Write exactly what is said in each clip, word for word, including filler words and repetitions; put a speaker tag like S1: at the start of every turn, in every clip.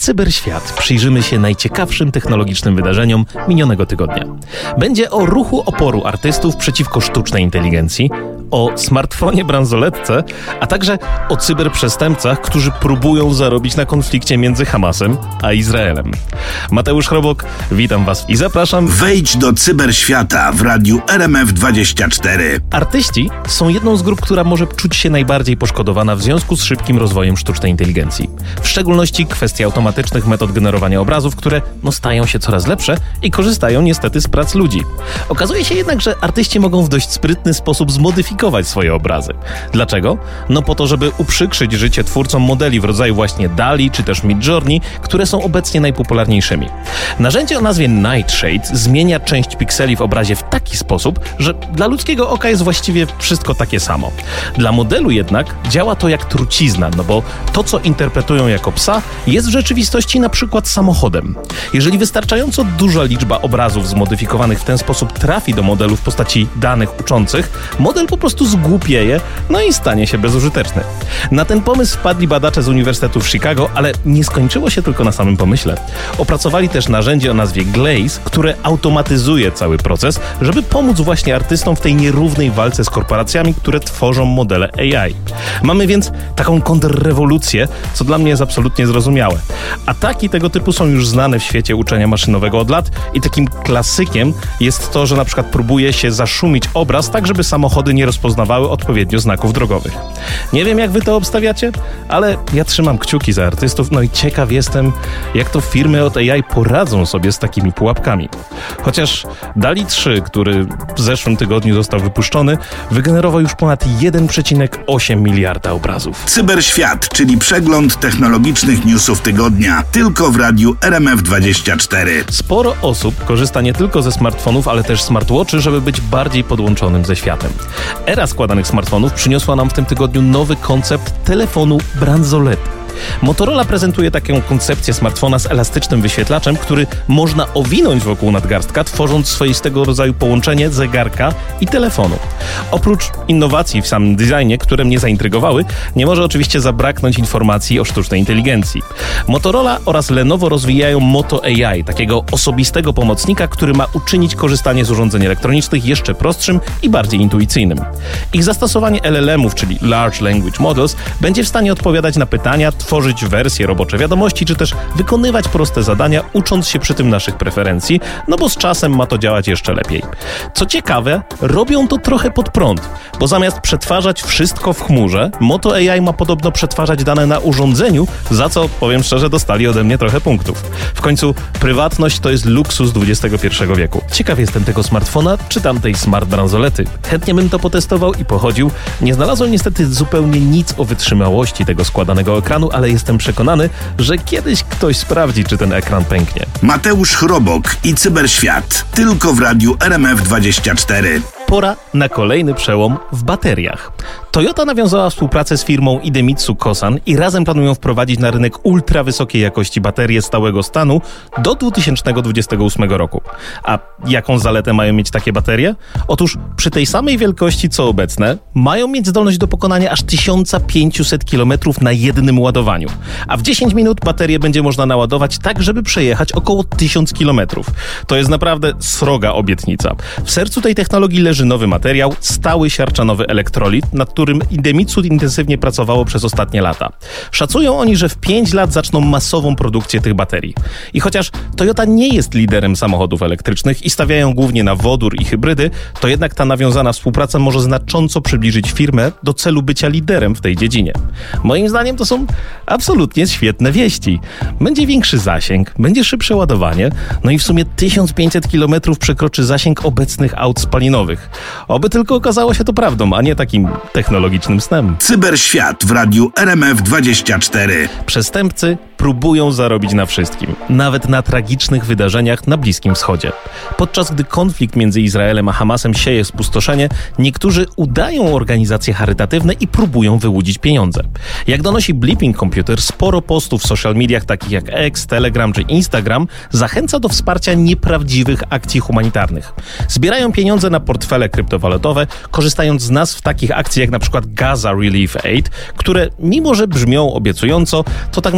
S1: Cyberświat przyjrzymy się najciekawszym technologicznym wydarzeniom minionego tygodnia. Będzie o ruchu oporu artystów przeciwko sztucznej inteligencji, o smartfonie bransoletce, a także o cyberprzestępcach, którzy próbują zarobić na konflikcie między Hamasem a Izraelem. Mateusz Chrobok, witam Was i zapraszam.
S2: Wejdź do cyberświata w radiu R M F dwadzieścia cztery.
S1: Artyści są jedną z grup, która może czuć się najbardziej poszkodowana w związku z szybkim rozwojem sztucznej inteligencji. W szczególności kwestii automatycznych metod generowania obrazów, które no, stają się coraz lepsze i korzystają niestety z prac ludzi. Okazuje się jednak, że artyści mogą w dość sprytny sposób zmodyfikować swoje obrazy. Dlaczego? No po to, żeby uprzykrzyć życie twórcom modeli w rodzaju właśnie DALL-E czy też Midjourney, które są obecnie najpopularniejszymi. Narzędzie o nazwie Nightshade zmienia część pikseli w obrazie w taki sposób, że dla ludzkiego oka jest właściwie wszystko takie samo. Dla modelu jednak działa to jak trucizna, no bo to, co interpretują jako psa, jest w rzeczywistości na przykład samochodem. Jeżeli wystarczająco duża liczba obrazów zmodyfikowanych w ten sposób trafi do modelu w postaci danych uczących, model po prostu zgłupieje, no i stanie się bezużyteczny. Na ten pomysł wpadli badacze z Uniwersytetu w Chicago, ale nie skończyło się tylko na samym pomyśle. Opracowali też narzędzie o nazwie Glaze, które automatyzuje cały proces, żeby pomóc właśnie artystom w tej nierównej walce z korporacjami, które tworzą modele A I. Mamy więc taką kontrrewolucję, co dla mnie jest absolutnie zrozumiałe. Ataki tego typu są już znane w świecie uczenia maszynowego od lat i takim klasykiem jest to, że na przykład próbuje się zaszumić obraz tak, żeby samochody nie rozpoznawały odpowiednio znaków drogowych. Nie wiem, jak wy to obstawiacie, ale ja trzymam kciuki za artystów, no i ciekaw jestem, jak to firmy od A I poradzą sobie z takimi pułapkami. Chociaż DALL-E trzy, który w zeszłym tygodniu został wypuszczony, wygenerował już ponad jeden przecinek osiem miliarda obrazów.
S2: Cyberświat, czyli przegląd technologicznych newsów tygodnia, tylko w radiu R M F dwadzieścia cztery.
S1: Sporo osób korzysta nie tylko ze smartfonów, ale też smartwatchy, żeby być bardziej podłączonym ze światem. Era składanych smartfonów przyniosła nam w tym tygodniu nowy koncept telefonu bransolety. Motorola prezentuje taką koncepcję smartfona z elastycznym wyświetlaczem, który można owinąć wokół nadgarstka, tworząc swoistego rodzaju połączenie zegarka i telefonu. Oprócz innowacji w samym designie, które mnie zaintrygowały, nie może oczywiście zabraknąć informacji o sztucznej inteligencji. Motorola oraz Lenovo rozwijają Moto A I, takiego osobistego pomocnika, który ma uczynić korzystanie z urządzeń elektronicznych jeszcze prostszym i bardziej intuicyjnym. Ich zastosowanie L L M-ów, czyli Large Language Models, będzie w stanie odpowiadać na pytania, tworzyć wersje robocze wiadomości, czy też wykonywać proste zadania, ucząc się przy tym naszych preferencji, no bo z czasem ma to działać jeszcze lepiej. Co ciekawe, robią to trochę pod prąd, bo zamiast przetwarzać wszystko w chmurze, Moto A I ma podobno przetwarzać dane na urządzeniu, za co, powiem szczerze, dostali ode mnie trochę punktów. W końcu prywatność to jest luksus dwudziestego pierwszego wieku. Ciekaw jestem tego smartfona, czy tamtej smart bransolety. Chętnie bym to potestował i pochodził. Nie znalazłem niestety zupełnie nic o wytrzymałości tego składanego ekranu, ale jestem przekonany, że kiedyś ktoś sprawdzi, czy ten ekran pęknie.
S2: Mateusz Chrobok i Cyberświat. Tylko w radiu R M F dwadzieścia cztery.
S1: Pora na kolejny przełom w bateriach. Toyota nawiązała współpracę z firmą Idemitsu Kosan i razem planują wprowadzić na rynek ultra wysokiej jakości baterie stałego stanu do dwa tysiące dwudziestego ósmego roku. A jaką zaletę mają mieć takie baterie? Otóż przy tej samej wielkości co obecne mają mieć zdolność do pokonania aż tysiąc pięćset kilometrów na jednym ładowaniu. A w dziesięć minut baterię będzie można naładować tak, żeby przejechać około tysiąc kilometrów. To jest naprawdę sroga obietnica. W sercu tej technologii leży nowy materiał, stały siarczanowy elektrolit, nad którym Idemitsu intensywnie pracowało przez ostatnie lata. Szacują oni, że w pięć lat zaczną masową produkcję tych baterii. I chociaż Toyota nie jest liderem samochodów elektrycznych i stawiają głównie na wodór i hybrydy, to jednak ta nawiązana współpraca może znacząco przybliżyć firmę do celu bycia liderem w tej dziedzinie. Moim zdaniem to są absolutnie świetne wieści. Będzie większy zasięg, będzie szybsze ładowanie, no i w sumie tysiąc pięćset kilometrów przekroczy zasięg obecnych aut spalinowych. Oby tylko okazało się to prawdą, a nie takim technologicznym snem.
S2: Cyberświat w radiu R M F dwadzieścia cztery.
S1: Przestępcy próbują zarobić na wszystkim, nawet na tragicznych wydarzeniach na Bliskim Wschodzie. Podczas gdy konflikt między Izraelem a Hamasem sieje spustoszenie, niektórzy udają organizacje charytatywne i próbują wyłudzić pieniądze. Jak donosi Blipping Computer, sporo postów w social mediach takich jak X, Telegram czy Instagram zachęca do wsparcia nieprawdziwych akcji humanitarnych. Zbierają pieniądze na portfele kryptowalutowe, korzystając z nazw takich akcji jak na przykład Gaza Relief Aid, które mimo że brzmią obiecująco, to tak naprawdę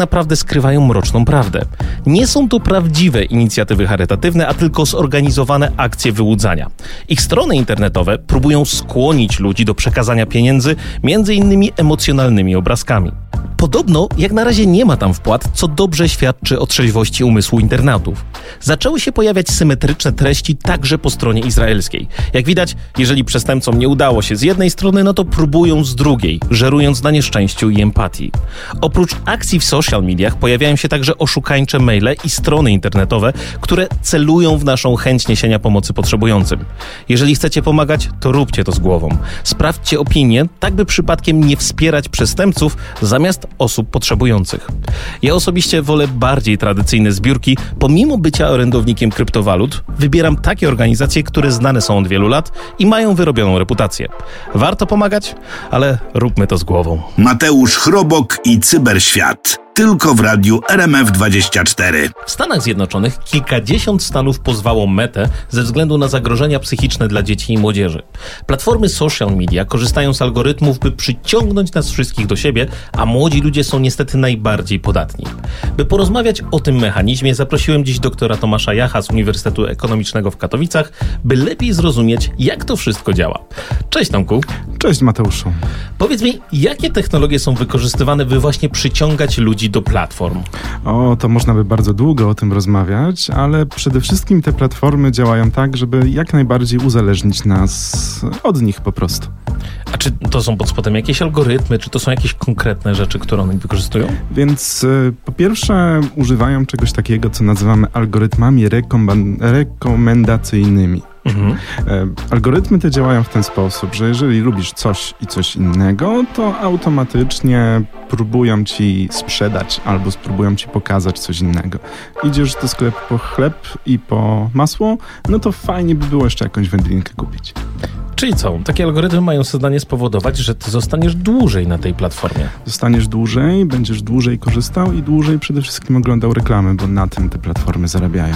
S1: skrywają mroczną prawdę. Nie są to prawdziwe inicjatywy charytatywne, a tylko zorganizowane akcje wyłudzania. Ich strony internetowe próbują skłonić ludzi do przekazania pieniędzy, między innymi emocjonalnymi obrazkami. Podobno jak na razie nie ma tam wpłat, co dobrze świadczy o trzeźwości umysłu internautów. Zaczęły się pojawiać symetryczne treści także po stronie izraelskiej. Jak widać, jeżeli przestępcom nie udało się z jednej strony, no to próbują z drugiej, żerując na nieszczęściu i empatii. Oprócz akcji w social mediach pojawiają się także oszukańcze maile i strony internetowe, które celują w naszą chęć niesienia pomocy potrzebującym. Jeżeli chcecie pomagać, to róbcie to z głową. Sprawdźcie opinię, tak by przypadkiem nie wspierać przestępców zamiast osób potrzebujących. Ja osobiście wolę bardziej tradycyjne zbiórki. Pomimo bycia orędownikiem kryptowalut, wybieram takie organizacje, które znane są od wielu lat i mają wyrobioną reputację. Warto pomagać, ale róbmy to z głową.
S2: Mateusz Chrobok i Cyberświat. Tylko w radiu R M F dwadzieścia cztery.
S1: W Stanach Zjednoczonych kilkadziesiąt stanów pozwało Metę ze względu na zagrożenia psychiczne dla dzieci i młodzieży. Platformy social media korzystają z algorytmów, by przyciągnąć nas wszystkich do siebie, a młodzi ludzie są niestety najbardziej podatni. By porozmawiać o tym mechanizmie, zaprosiłem dziś doktora Tomasza Jacha z Uniwersytetu Ekonomicznego w Katowicach, by lepiej zrozumieć, jak to wszystko działa. Cześć Tomku.
S3: Cześć Mateuszu.
S1: Powiedz mi, jakie technologie są wykorzystywane, by właśnie przyciągać ludzi do platform?
S3: O, to można by bardzo długo o tym rozmawiać, ale przede wszystkim te platformy działają tak, żeby jak najbardziej uzależnić nas od nich po prostu.
S1: A czy to są pod spodem jakieś algorytmy, czy to są jakieś konkretne rzeczy, które one wykorzystują?
S3: Więc y, po pierwsze używają czegoś takiego, co nazywamy algorytmami rekom- rekomendacyjnymi. Mhm. E, algorytmy te działają w ten sposób, że jeżeli lubisz coś i coś innego, to automatycznie próbują ci sprzedać albo spróbują ci pokazać coś innego. Idziesz do sklepu po chleb i po masło, no to fajnie by było jeszcze jakąś wędlinkę kupić.
S1: Czyli co? Takie algorytmy mają zadanie spowodować, że ty zostaniesz dłużej na tej platformie.
S3: Zostaniesz dłużej, będziesz dłużej korzystał i dłużej przede wszystkim oglądał reklamy, bo na tym te platformy zarabiają.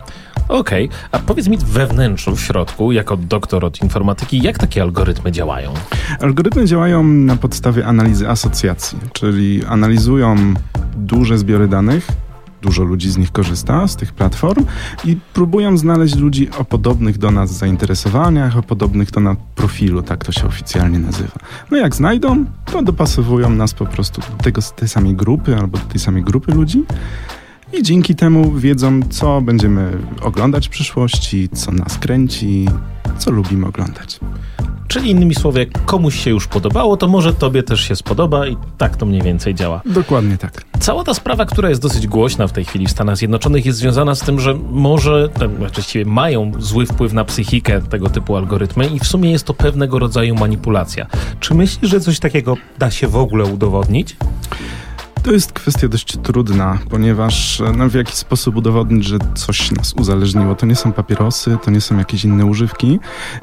S1: Okej, okay. A powiedz mi we wnętrzu, w środku, jako doktor od informatyki, jak takie algorytmy działają?
S3: Algorytmy działają na podstawie analizy asocjacji, czyli analizują duże zbiory danych, dużo ludzi z nich korzysta, z tych platform i próbują znaleźć ludzi o podobnych do nas zainteresowaniach, o podobnych do nas profilu, tak to się oficjalnie nazywa. No jak znajdą, to dopasowują nas po prostu do tego, tej samej grupy albo do tej samej grupy ludzi. I dzięki temu wiedzą, co będziemy oglądać w przyszłości, co nas kręci, co lubimy oglądać.
S1: Czyli innymi słowy, jak komuś się już podobało, to może tobie też się spodoba i tak to mniej więcej działa.
S3: Dokładnie tak.
S1: Cała ta sprawa, która jest dosyć głośna w tej chwili w Stanach Zjednoczonych, jest związana z tym, że może, właściwie mają zły wpływ na psychikę tego typu algorytmy i w sumie jest to pewnego rodzaju manipulacja. Czy myślisz, że coś takiego da się w ogóle udowodnić?
S3: To jest kwestia dość trudna, ponieważ no, w jaki sposób udowodnić, że coś nas uzależniło. To nie są papierosy, to nie są jakieś inne używki,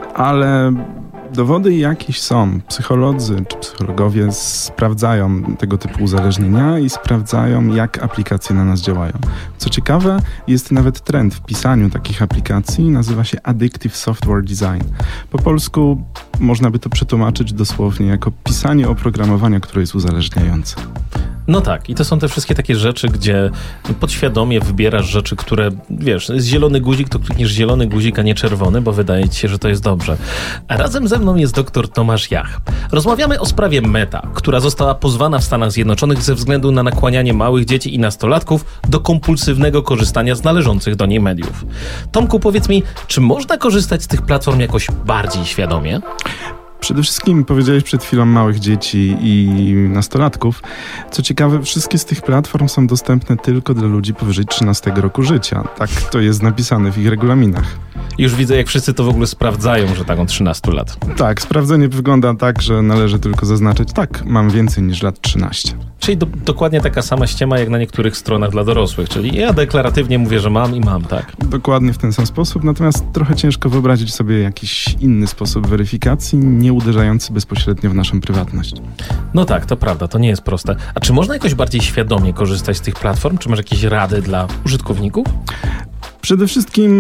S3: ale dowody jakieś są. Psycholodzy czy psychologowie sprawdzają tego typu uzależnienia i sprawdzają, jak aplikacje na nas działają. Co ciekawe, jest nawet trend w pisaniu takich aplikacji, nazywa się Addictive Software Design. Po polsku można by to przetłumaczyć dosłownie jako pisanie oprogramowania, które jest uzależniające.
S1: No tak, i to są te wszystkie takie rzeczy, gdzie podświadomie wybierasz rzeczy, które, wiesz, jest zielony guzik, to klikniesz zielony guzik, a nie czerwony, bo wydaje ci się, że to jest dobrze. A razem ze mną jest doktor Tomasz Jach. Rozmawiamy o sprawie Meta, która została pozwana w Stanach Zjednoczonych ze względu na nakłanianie małych dzieci i nastolatków do kompulsywnego korzystania z należących do niej mediów. Tomku, powiedz mi, czy można korzystać z tych platform jakoś bardziej świadomie?
S3: Przede wszystkim powiedziałeś przed chwilą małych dzieci i nastolatków. Co ciekawe, wszystkie z tych platform są dostępne tylko dla ludzi powyżej trzynastego roku życia. Tak to jest napisane w ich regulaminach.
S1: Już widzę, jak wszyscy to w ogóle sprawdzają, że tak od trzynastu lat.
S3: Tak, sprawdzenie wygląda tak, że należy tylko zaznaczyć, tak, mam więcej niż lat trzynaście.
S1: Czyli do, dokładnie taka sama ściema jak na niektórych stronach dla dorosłych, czyli ja deklaratywnie mówię, że mam i mam, tak?
S3: Dokładnie w ten sam sposób, natomiast trochę ciężko wyobrazić sobie jakiś inny sposób weryfikacji, nie uderzający bezpośrednio w naszą prywatność.
S1: No tak, to prawda, to nie jest proste. A czy można jakoś bardziej świadomie korzystać z tych platform? Czy masz jakieś rady dla użytkowników?
S3: Przede wszystkim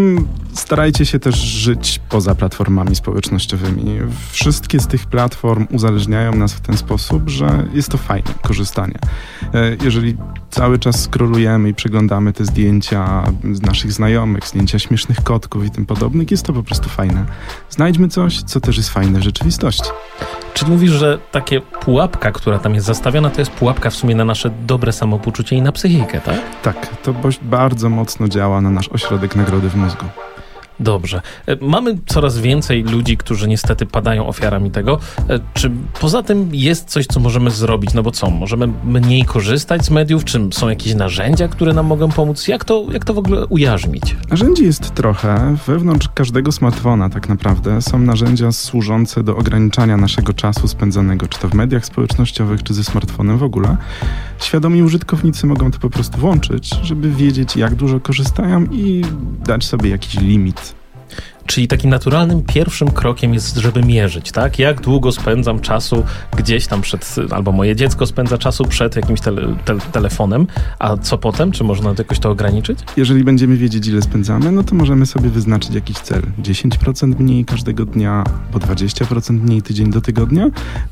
S3: Starajcie się też żyć poza platformami społecznościowymi. Wszystkie z tych platform uzależniają nas w ten sposób, że jest to fajne korzystanie. Jeżeli cały czas scrollujemy i przeglądamy te zdjęcia z naszych znajomych, zdjęcia śmiesznych kotków i tym podobnych, jest to po prostu fajne. Znajdźmy coś, co też jest fajne w rzeczywistości.
S1: Czyli mówisz, że takie pułapka, która tam jest zastawiona, to jest pułapka w sumie na nasze dobre samopoczucie i na psychikę, tak?
S3: Tak, to bardzo mocno działa na nasz ośrodek nagrody w mózgu.
S1: Dobrze. Mamy coraz więcej ludzi, którzy niestety padają ofiarami tego. Czy poza tym jest coś, co możemy zrobić? No bo co, możemy mniej korzystać z mediów? Czy są jakieś narzędzia, które nam mogą pomóc? Jak to, jak to w ogóle ujarzmić?
S3: Narzędzi jest trochę. Wewnątrz każdego smartfona tak naprawdę są narzędzia służące do ograniczania naszego czasu spędzanego, czy to w mediach społecznościowych, czy ze smartfonem w ogóle. Świadomi użytkownicy mogą to po prostu włączyć, żeby wiedzieć, jak dużo korzystają i dać sobie jakiś limit.
S1: Czyli takim naturalnym pierwszym krokiem jest, żeby mierzyć, tak? Jak długo spędzam czasu gdzieś tam przed, albo moje dziecko spędza czasu przed jakimś tele, te, telefonem, a co potem? Czy można jakoś to ograniczyć?
S3: Jeżeli będziemy wiedzieć, ile spędzamy, no to możemy sobie wyznaczyć jakiś cel. dziesięć procent mniej każdego dnia, bo dwadzieścia procent mniej tydzień do tygodnia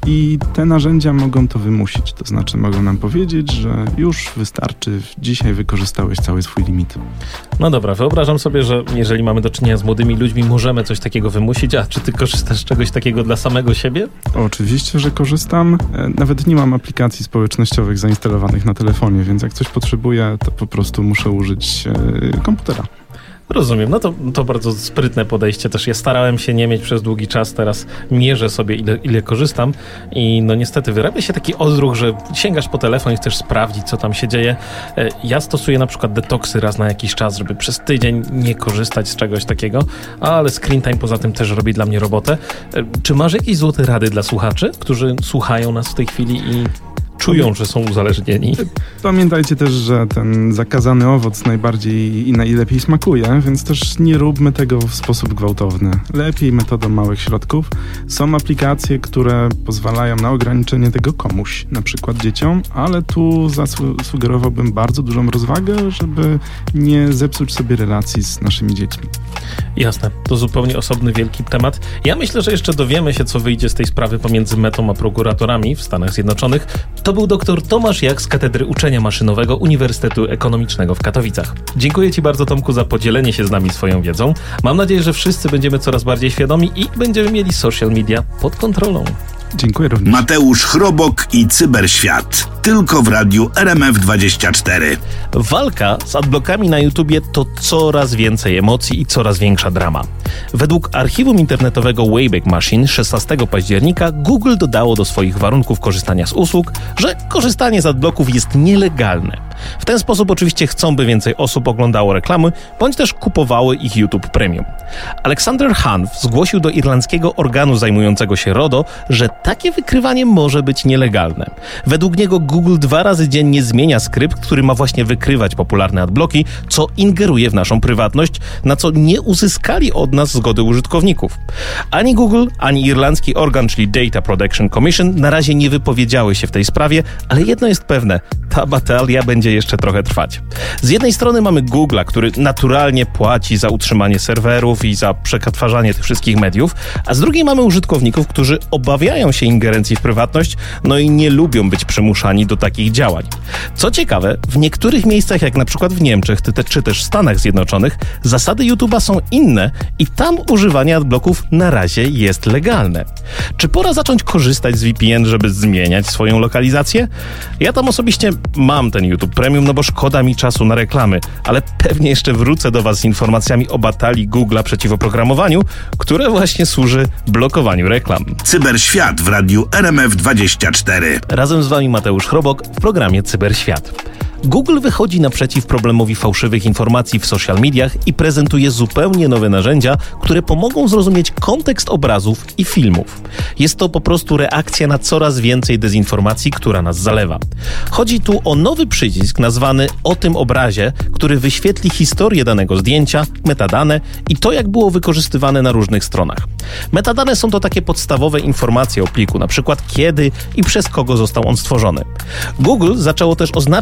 S3: i te narzędzia mogą to wymusić. To znaczy mogą nam powiedzieć, że już wystarczy, dzisiaj wykorzystałeś cały swój limit.
S1: No dobra, wyobrażam sobie, że jeżeli mamy do czynienia z młodymi ludźmi, możemy coś takiego wymusić, a czy ty korzystasz z czegoś takiego dla samego siebie?
S3: Oczywiście, że korzystam. Nawet nie mam aplikacji społecznościowych zainstalowanych na telefonie, więc jak coś potrzebuję, to po prostu muszę użyć e, komputera.
S1: Rozumiem, no to, to bardzo sprytne podejście też. Ja starałem się nie mieć przez długi czas, teraz mierzę sobie, ile, ile korzystam i no niestety wyrabia się taki odruch, że sięgasz po telefon i chcesz sprawdzić, co tam się dzieje. Ja stosuję na przykład detoksy raz na jakiś czas, żeby przez tydzień nie korzystać z czegoś takiego, ale screen time poza tym też robi dla mnie robotę. Czy masz jakieś złote rady dla słuchaczy, którzy słuchają nas w tej chwili i czują, że są uzależnieni?
S3: Pamiętajcie też, że ten zakazany owoc najbardziej i najlepiej smakuje, więc też nie róbmy tego w sposób gwałtowny. Lepiej metodą małych środków. Są aplikacje, które pozwalają na ograniczenie tego komuś, na przykład dzieciom, ale tu zasugerowałbym bardzo dużą rozwagę, żeby nie zepsuć sobie relacji z naszymi dziećmi.
S1: Jasne, to zupełnie osobny wielki temat. Ja myślę, że jeszcze dowiemy się, co wyjdzie z tej sprawy pomiędzy Metą a prokuratorami w Stanach Zjednoczonych. To był dr Tomasz Jak z Katedry Uczenia Maszynowego Uniwersytetu Ekonomicznego w Katowicach. Dziękuję Ci bardzo, Tomku, za podzielenie się z nami swoją wiedzą. Mam nadzieję, że wszyscy będziemy coraz bardziej świadomi i będziemy mieli social media pod kontrolą.
S3: Dziękuję również.
S2: Mateusz Chrobok i Cyberświat. Tylko w radiu R M F dwadzieścia cztery.
S1: Walka z adblokami na YouTubie to coraz więcej emocji i coraz większa drama. Według archiwum internetowego Wayback Machine szesnastego października Google dodało do swoich warunków korzystania z usług, że korzystanie z adbloków jest nielegalne. W ten sposób oczywiście chcą, by więcej osób oglądało reklamy, bądź też kupowały ich YouTube Premium. Alexander Hanf zgłosił do irlandzkiego organu zajmującego się RODO, że takie wykrywanie może być nielegalne. Według niego Google dwa razy dziennie zmienia skrypt, który ma właśnie wykrywać popularne adbloki, co ingeruje w naszą prywatność, na co nie uzyskali od nas zgody użytkowników. Ani Google, ani irlandzki organ, czyli Data Protection Commission, na razie nie wypowiedziały się w tej sprawie, ale jedno jest pewne, ta batalia będzie jeszcze trochę trwać. Z jednej strony mamy Google'a, który naturalnie płaci za utrzymanie serwerów i za przetwarzanie tych wszystkich mediów, a z drugiej mamy użytkowników, którzy obawiają się ingerencji w prywatność, no i nie lubią być przymuszani do takich działań. Co ciekawe, w niektórych miejscach, jak na przykład w Niemczech czy też w Stanach Zjednoczonych, zasady YouTube'a są inne i tam używanie adblocków na razie jest legalne. Czy pora zacząć korzystać z V P N, żeby zmieniać swoją lokalizację? Ja tam osobiście mam ten YouTube Premium, no bo szkoda mi czasu na reklamy, ale pewnie jeszcze wrócę do Was z informacjami o batalii Google'a przeciw oprogramowaniu, które właśnie służy blokowaniu reklam.
S2: Cyberświat w radiu R M F dwadzieścia cztery.
S1: Razem z Wami Mateusz Chrobok w programie Cyberświat. Google wychodzi naprzeciw problemowi fałszywych informacji w social mediach i prezentuje zupełnie nowe narzędzia, które pomogą zrozumieć kontekst obrazów i filmów. Jest to po prostu reakcja na coraz więcej dezinformacji, która nas zalewa. Chodzi tu o nowy przycisk nazwany O tym obrazie, który wyświetli historię danego zdjęcia, metadane i to, jak było wykorzystywane na różnych stronach. Metadane są to takie podstawowe informacje o pliku, na przykład kiedy i przez kogo został on stworzony. Google zaczęło też oznaczać obrazy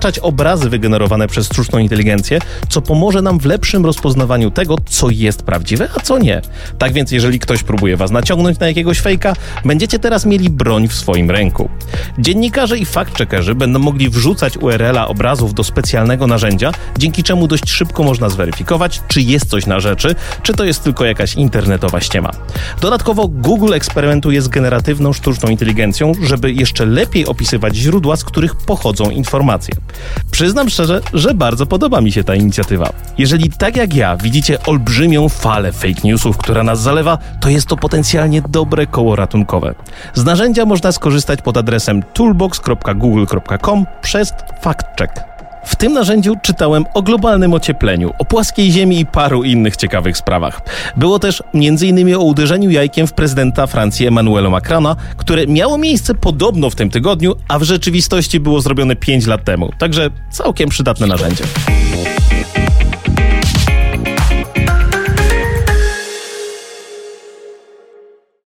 S1: obrazy wygenerowane przez sztuczną inteligencję, co pomoże nam w lepszym rozpoznawaniu tego, co jest prawdziwe, a co nie. Tak więc jeżeli ktoś próbuje was naciągnąć na jakiegoś fejka, będziecie teraz mieli broń w swoim ręku. Dziennikarze i fact-checkerzy będą mogli wrzucać U R L-a obrazów do specjalnego narzędzia, dzięki czemu dość szybko można zweryfikować, czy jest coś na rzeczy, czy to jest tylko jakaś internetowa ściema. Dodatkowo Google eksperymentuje z generatywną sztuczną inteligencją, żeby jeszcze lepiej opisywać źródła, z których pochodzą informacje. Przyznam szczerze, że bardzo podoba mi się ta inicjatywa. Jeżeli tak jak ja widzicie olbrzymią falę fake newsów, która nas zalewa, to jest to potencjalnie dobre koło ratunkowe. Z narzędzia można skorzystać pod adresem toolbox kropka google kropka com przez fact-check. W tym narzędziu czytałem o globalnym ociepleniu, o płaskiej ziemi i paru innych ciekawych sprawach. Było też między innymi o uderzeniu jajkiem w prezydenta Francji Emmanuela Macrona, które miało miejsce podobno w tym tygodniu, a w rzeczywistości było zrobione pięć lat temu. Także całkiem przydatne narzędzie.